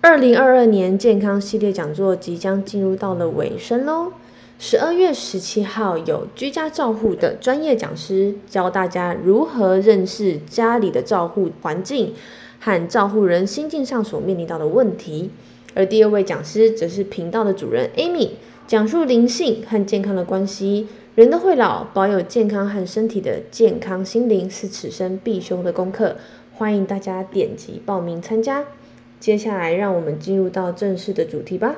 2022年健康系列讲座即将进入到了尾声咯。12月17号有居家照护的专业讲师教大家如何认识家里的照护环境和照护人心境上所面临到的问题。而第二位讲师则是频道的主人 Amy， 讲述灵性和健康的关系。人都会老，保有健康和身体的健康心灵是此生必修的功课，欢迎大家点击报名参加。接下来让我们进入到正式的主题吧。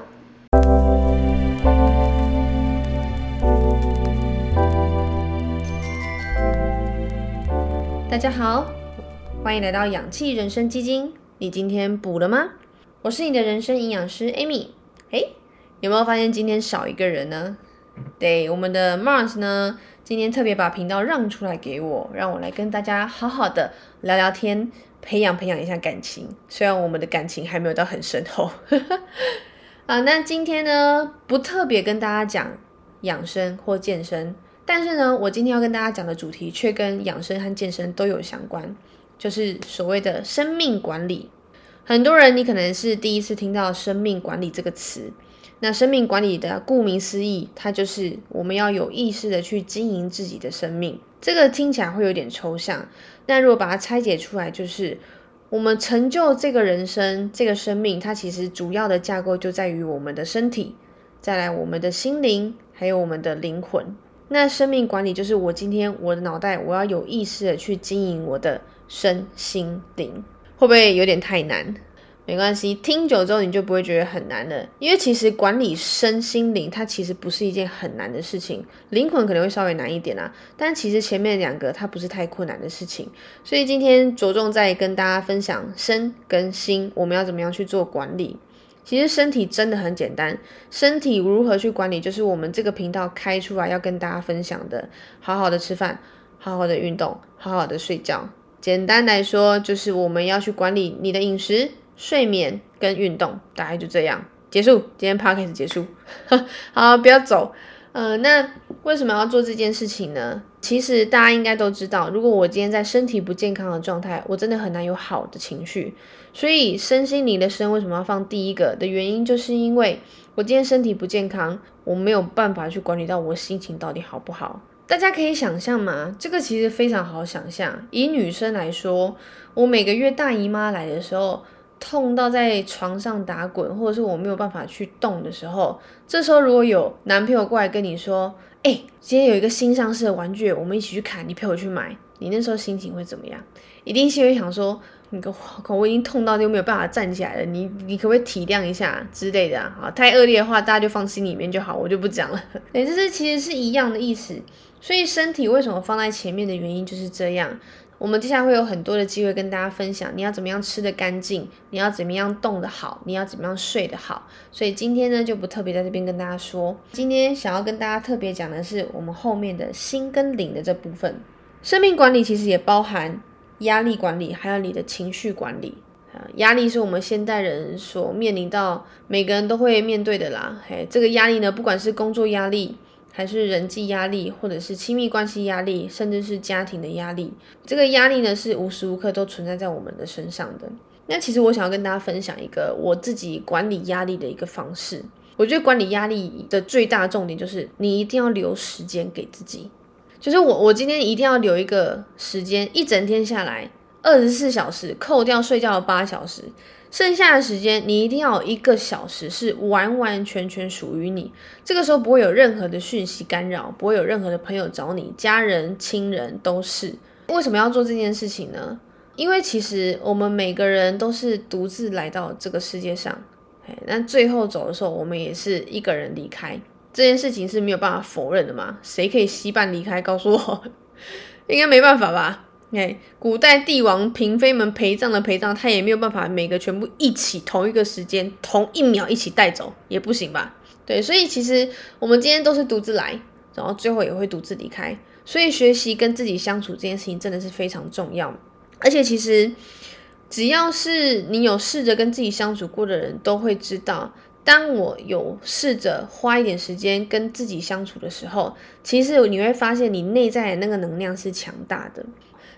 大家好，欢迎来到氧气人生基金。你今天补了吗？我是你的人生营养师 Amy。有没有发现今天少一个人呢？对，我们的 Mars 呢，今天特别把频道让出来给我，让我来跟大家好好的聊聊天，培养一下感情。虽然我们的感情还没有到很深厚那今天呢，不特别跟大家讲养生或健身，但是呢，我今天要跟大家讲的主题却跟养生和健身都有相关，就是所谓的生命管理。很多人你可能是第一次听到生命管理这个词。那生命管理的顾名思义，它就是我们要有意识的去经营自己的生命。这个听起来会有点抽象，但如果把它拆解出来，就是我们成就这个人生，这个生命，它其实主要的架构就在于我们的身体，再来我们的心灵，还有我们的灵魂。那生命管理就是我今天我的脑袋，我要有意识的去经营我的身心灵。会不会有点太难？没关系，听久之后你就不会觉得很难了，因为其实管理身心灵它其实不是一件很难的事情，灵魂可能会稍微难一点但其实前面两个它不是太困难的事情，所以今天着重在跟大家分享身跟心我们要怎么样去做管理。其实身体真的很简单，身体如何去管理就是我们这个频道开出来要跟大家分享的，好好的吃饭，好好的运动，好好的睡觉。简单来说就是我们要去管理你的饮食、睡眠跟运动，大概就这样结束，今天 podcast 结束好，不要走那为什么要做这件事情呢？其实大家应该都知道，如果我今天在身体不健康的状态，我真的很难有好的情绪。所以身心灵的身为什么要放第一个的原因，就是因为我今天身体不健康，我没有办法去管理到我心情到底好不好。大家可以想象吗？这个其实非常好想象。以女生来说，我每个月大姨妈来的时候，痛到在床上打滚，或者是我没有办法去动的时候，这时候如果有男朋友过来跟你说今天有一个新上市的玩具，我们一起去看，你陪我去买，你那时候心情会怎么样？一定是会想说我已经痛到又没有办法站起来了，你可不可以体谅一下之类的太恶劣的话大家就放心里面就好，我就不讲了对，这其实是一样的意思。所以身体为什么放在前面的原因就是这样。我们接下来会有很多的机会跟大家分享，你要怎么样吃得干净，你要怎么样动得好，你要怎么样睡得好。所以今天呢就不特别在这边跟大家说，今天想要跟大家特别讲的是我们后面的心跟灵的这部分。生命管理其实也包含压力管理，还有你的情绪管理。压力是我们现代人所面临到每个人都会面对的啦。这个压力呢，不管是工作压力，还是人际压力，或者是亲密关系压力，甚至是家庭的压力，这个压力呢是无时无刻都存在在我们的身上的。那其实我想要跟大家分享一个我自己管理压力的一个方式。我觉得管理压力的最大重点就是你一定要留时间给自己，就是我今天一定要留一个时间，一整天下来24小时，扣掉睡觉的8小时，剩下的时间你一定要有1个小时是完完全全属于你。这个时候不会有任何的讯息干扰，不会有任何的朋友找你，家人亲人都是。为什么要做这件事情呢？因为其实我们每个人都是独自来到这个世界上，那最后走的时候我们也是一个人离开，这件事情是没有办法否认的嘛。谁可以惜伴离开告诉我应该没办法吧。古代帝王嫔妃们陪葬的陪葬，他也没有办法每个全部一起同一个时间同一秒一起带走，也不行吧。对，所以其实我们今天都是独自来，然后最后也会独自离开，所以学习跟自己相处这件事情真的是非常重要。而且其实只要是你有试着跟自己相处过的人都会知道，当我有试着花一点时间跟自己相处的时候，其实你会发现你内在的那个能量是强大的。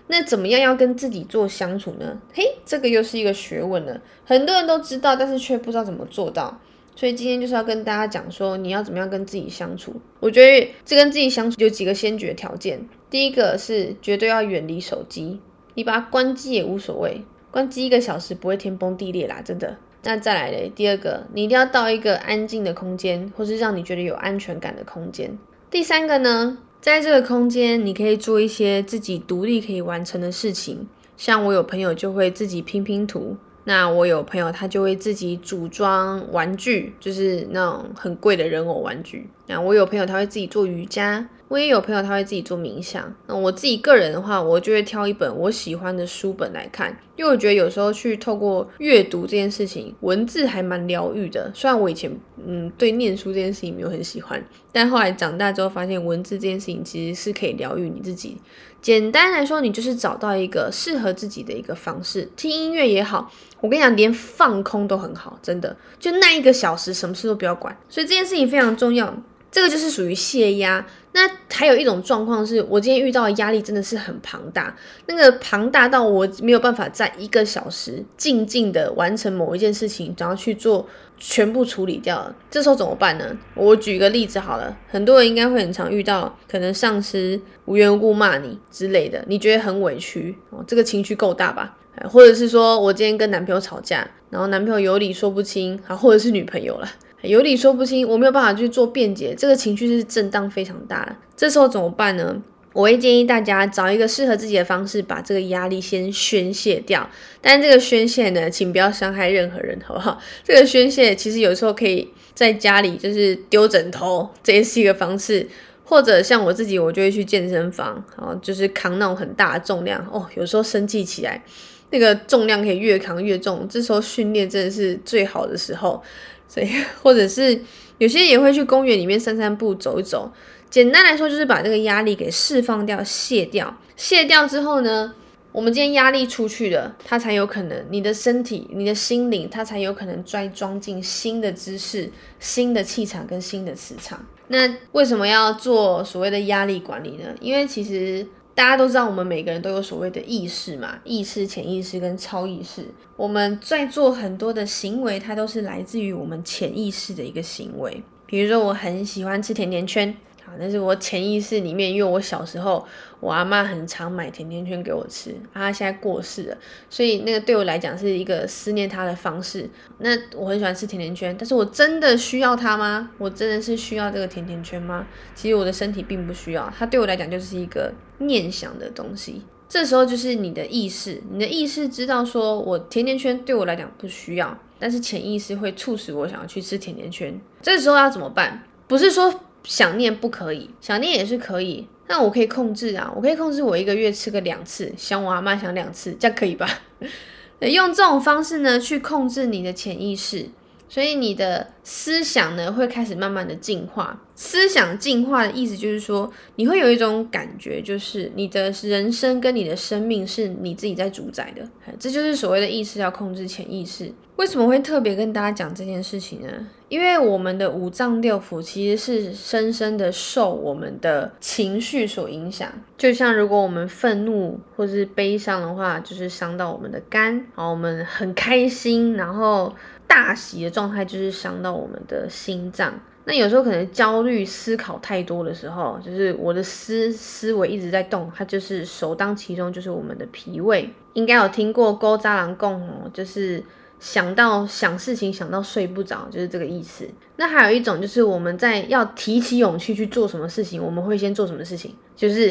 那怎么样要跟自己做相处呢？这个又是一个学问了，很多人都知道，但是却不知道怎么做到。所以今天就是要跟大家讲说，你要怎么样跟自己相处。我觉得这跟自己相处有几个先决条件。第一个是绝对要远离手机，你把它关机也无所谓，关机1个小时不会天崩地裂啦，真的。那再来嘞，第二个，你一定要到一个安静的空间，或是让你觉得有安全感的空间。第三个呢，在这个空间你可以做一些自己独立可以完成的事情，像我有朋友就会自己拼拼图，那我有朋友他就会自己组装玩具，就是那种很贵的人偶玩具。那我有朋友他会自己做瑜伽，我也有朋友他会自己做冥想。那我自己个人的话，我就会挑一本我喜欢的书本来看，因为我觉得有时候去透过阅读这件事情，文字还蛮疗愈的。虽然我以前对念书这件事情没有很喜欢，但后来长大之后发现文字这件事情其实是可以疗愈你自己。简单来说，你就是找到一个适合自己的一个方式，听音乐也好，我跟你讲，连放空都很好，真的，就那1个小时什么事都不要管。所以这件事情非常重要，这个就是属于泄压。那还有一种状况是，我今天遇到的压力真的是很庞大，那个庞大到我没有办法在1个小时静静的完成某一件事情，然后去做全部处理掉了。这时候怎么办呢？我举一个例子好了，很多人应该会很常遇到，可能上司无缘无故骂你之类的，你觉得很委屈，这个情绪够大吧？或者是说我今天跟男朋友吵架，然后男朋友有理说不清，或者是女朋友啦，有理说不清，我没有办法去做辩解，这个情绪是震荡非常大的。这时候怎么办呢？我会建议大家找一个适合自己的方式，把这个压力先宣泄掉。但这个宣泄呢，请不要伤害任何人，好不好？这个宣泄其实有时候可以在家里就是丢枕头，这也是一个方式。或者像我自己，我就会去健身房，就是扛那种很大的重量。有时候生气起来，那个重量可以越扛越重，这时候训练真的是最好的时候。所以或者是有些人也会去公园里面散散步走一走，简单来说就是把这个压力给释放掉卸掉之后呢，我们今天压力出去了，它才有可能你的身体你的心灵它才有可能装进新的知识新的气场跟新的磁场。那为什么要做所谓的压力管理呢？因为其实大家都知道我们每个人都有所谓的意识嘛，意识、潜意识跟超意识。我们在做很多的行为，它都是来自于我们潜意识的一个行为。比如说我很喜欢吃甜甜圈，那是我潜意识里面，因为我小时候我阿嬷很常买甜甜圈给我吃，她现在过世了，所以那个对我来讲是一个思念她的方式。那我很喜欢吃甜甜圈，但是我真的需要它吗？我真的是需要这个甜甜圈吗？其实我的身体并不需要，它对我来讲就是一个念想的东西。这时候就是你的意识知道说我甜甜圈对我来讲不需要，但是潜意识会促使我想要去吃甜甜圈。这时候要怎么办？不是说想念不可以，想念也是可以，那我可以控制啊，我可以控制我1个月吃个2次，想我阿嬷想2次，这样可以吧？用这种方式呢去控制你的潜意识，所以你的思想呢会开始慢慢的进化。思想进化的意思就是说，你会有一种感觉，就是你的人生跟你的生命是你自己在主宰的，这就是所谓的意识要控制潜意识。为什么会特别跟大家讲这件事情呢？因为我们的五脏六腑其实是深深的受我们的情绪所影响，就像如果我们愤怒或是悲伤的话，就是伤到我们的肝，我们很开心然后大喜的状态就是伤到我们的心脏。那有时候可能焦虑思考太多的时候，就是我的思维一直在动，它就是首当其冲就是我们的脾胃。应该有听过勾渣郎共就是想事情想到睡不着，就是这个意思。那还有一种就是我们在要提起勇气去做什么事情，我们会先做什么事情，就是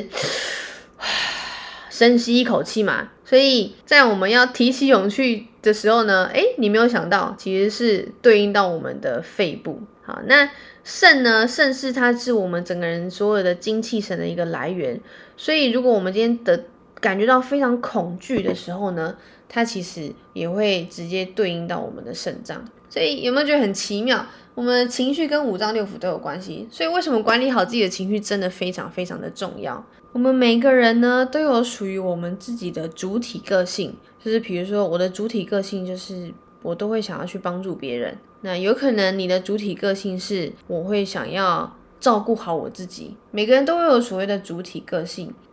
深吸一口气嘛。所以在我们要提起勇气的时候呢，你没有想到其实是对应到我们的肺部。好，那肾呢？肾是它是我们整个人所有的精气神的一个来源。所以如果我们今天感觉到非常恐惧的时候呢，它其实也会直接对应到我们的肾脏。所以有没有觉得很奇妙？我们的情绪跟五脏六腑都有关系。所以为什么管理好自己的情绪真的非常非常的重要？我们每个人呢都有属于我们自己的主体个性，就是比如说我的主体个性就是我都会想要去帮助别人，那有可能你的主体个性是我会想要照顾好我自己。每个人都会有所谓的主体个性，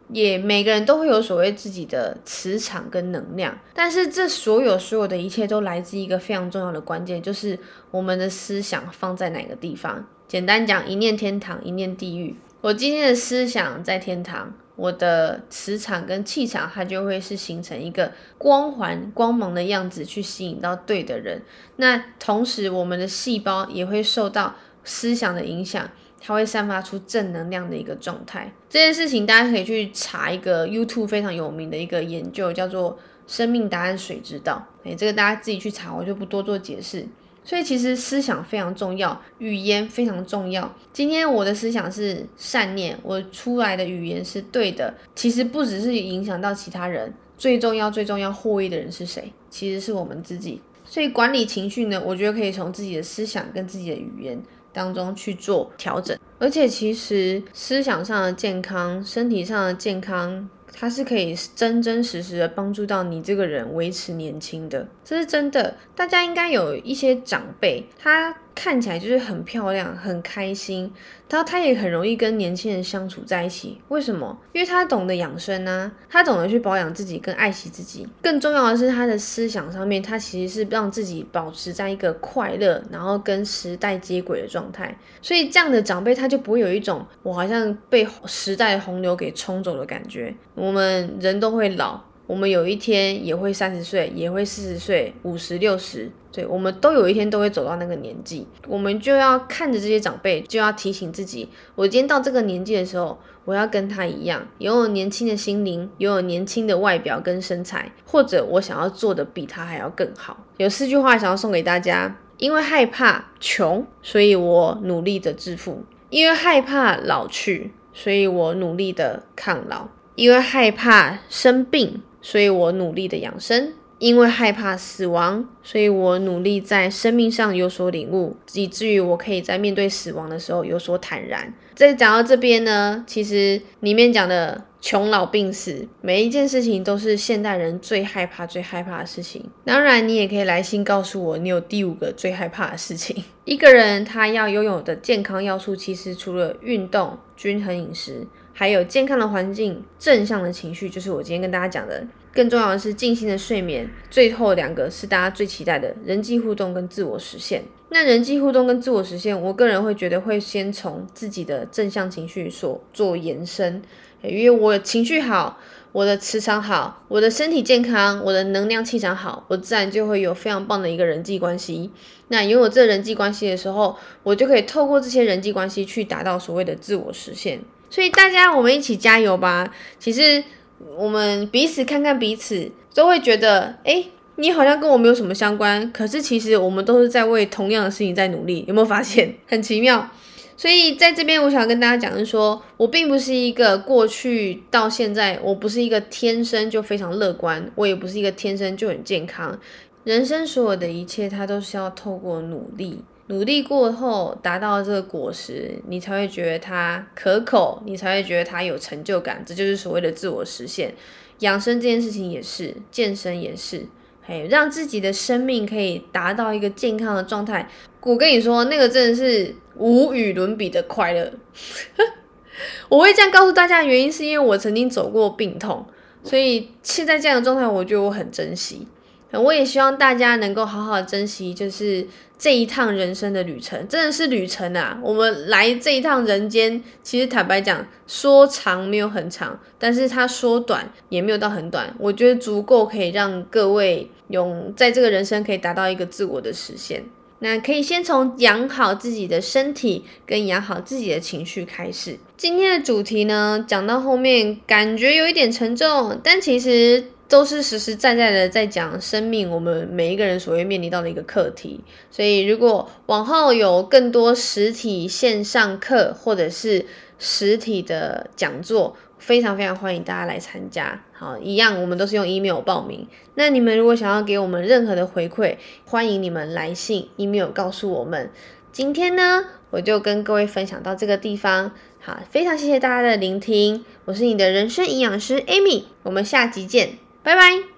也每个人都会有所谓自己的磁场跟能量，但是这所有的一切都来自一个非常重要的关键，就是我们的思想放在哪个地方。简单讲，一念天堂，一念地狱。我今天的思想在天堂，我的磁场跟气场它就会是形成一个光环光芒的样子，去吸引到对的人。那同时我们的细胞也会受到思想的影响，它会散发出正能量的一个状态。这件事情大家可以去查一个 YouTube 非常有名的一个研究，叫做生命答案水之道。这个大家自己去查，我就不多做解释。所以其实思想非常重要，语言非常重要。今天我的思想是善念，我出来的语言是对的，其实不只是影响到其他人，最重要获益的人是谁？其实是我们自己。所以管理情绪呢，我觉得可以从自己的思想跟自己的语言当中去做调整。而且其实思想上的健康，身体上的健康，它是可以真实的帮助到你这个人维持年轻的，这是真的。大家应该有一些长辈，他看起来就是很漂亮很开心，他也很容易跟年轻人相处在一起。为什么？因为他懂得养生啊，他懂得去保养自己跟爱惜自己。更重要的是他的思想上面，他其实是让自己保持在一个快乐然后跟时代接轨的状态。所以这样的长辈他就不会有一种我好像被时代的洪流给冲走的感觉。我们人都会老，我们有一天也会30岁，也会40岁，50、60，对，我们都有一天都会走到那个年纪。我们就要看着这些长辈，就要提醒自己，我今天到这个年纪的时候，我要跟他一样，拥有年轻的心灵，拥有年轻的外表跟身材，或者我想要做的比他还要更好。有4句话想要送给大家：因为害怕穷，所以我努力的致富；因为害怕老去，所以我努力的抗老；因为害怕生病，所以我努力的养生；因为害怕死亡，所以我努力在生命上有所领悟，以至于我可以在面对死亡的时候有所坦然。在讲到这边呢，其实里面讲的穷老病死，每一件事情都是现代人最害怕的事情。当然你也可以来信告诉我你有第5个最害怕的事情。一个人他要拥有的健康要素，其实除了运动、均衡饮食，还有健康的环境、正向的情绪，就是我今天跟大家讲的。更重要的是静心的睡眠，最后2个是大家最期待的人际互动跟自我实现。那人际互动跟自我实现，我个人会觉得会先从自己的正向情绪所做延伸，因为我情绪好，我的磁场好，我的身体健康，我的能量气场好，我自然就会有非常棒的一个人际关系。那拥有这人际关系的时候，我就可以透过这些人际关系去达到所谓的自我实现。所以大家我们一起加油吧。其实我们彼此看看彼此，都会觉得你好像跟我没有什么相关，可是其实我们都是在为同样的事情在努力，有没有发现？很奇妙。所以在这边我想跟大家讲的是说，我并不是一个过去到现在，我不是一个天生就非常乐观，我也不是一个天生就很健康。人生所有的一切它都是要透过努力过后达到这个果实，你才会觉得它可口，你才会觉得它有成就感，这就是所谓的自我实现。养生这件事情也是，健身也是，让自己的生命可以达到一个健康的状态。我跟你说，那个真的是无与伦比的快乐。我会这样告诉大家的原因是因为我曾经走过病痛，所以现在这样的状态我觉得我很珍惜。我也希望大家能够好好珍惜，就是这一趟人生的旅程，真的是旅程啊！我们来这一趟人间，其实坦白讲，说长没有很长，但是它说短也没有到很短。我觉得足够可以让各位在这个人生可以达到一个自我的实现。那可以先从养好自己的身体跟养好自己的情绪开始。今天的主题呢，讲到后面感觉有一点沉重，但其实都是实实在在的在讲生命，我们每一个人所会面临到的一个课题。所以如果往后有更多实体线上课或者是实体的讲座，非常非常欢迎大家来参加。好，一样我们都是用 email 报名。那你们如果想要给我们任何的回馈，欢迎你们来信 email 告诉我们。今天呢，我就跟各位分享到这个地方。好，非常谢谢大家的聆听，我是你的人生营养师 Amy， 我们下集见，拜拜。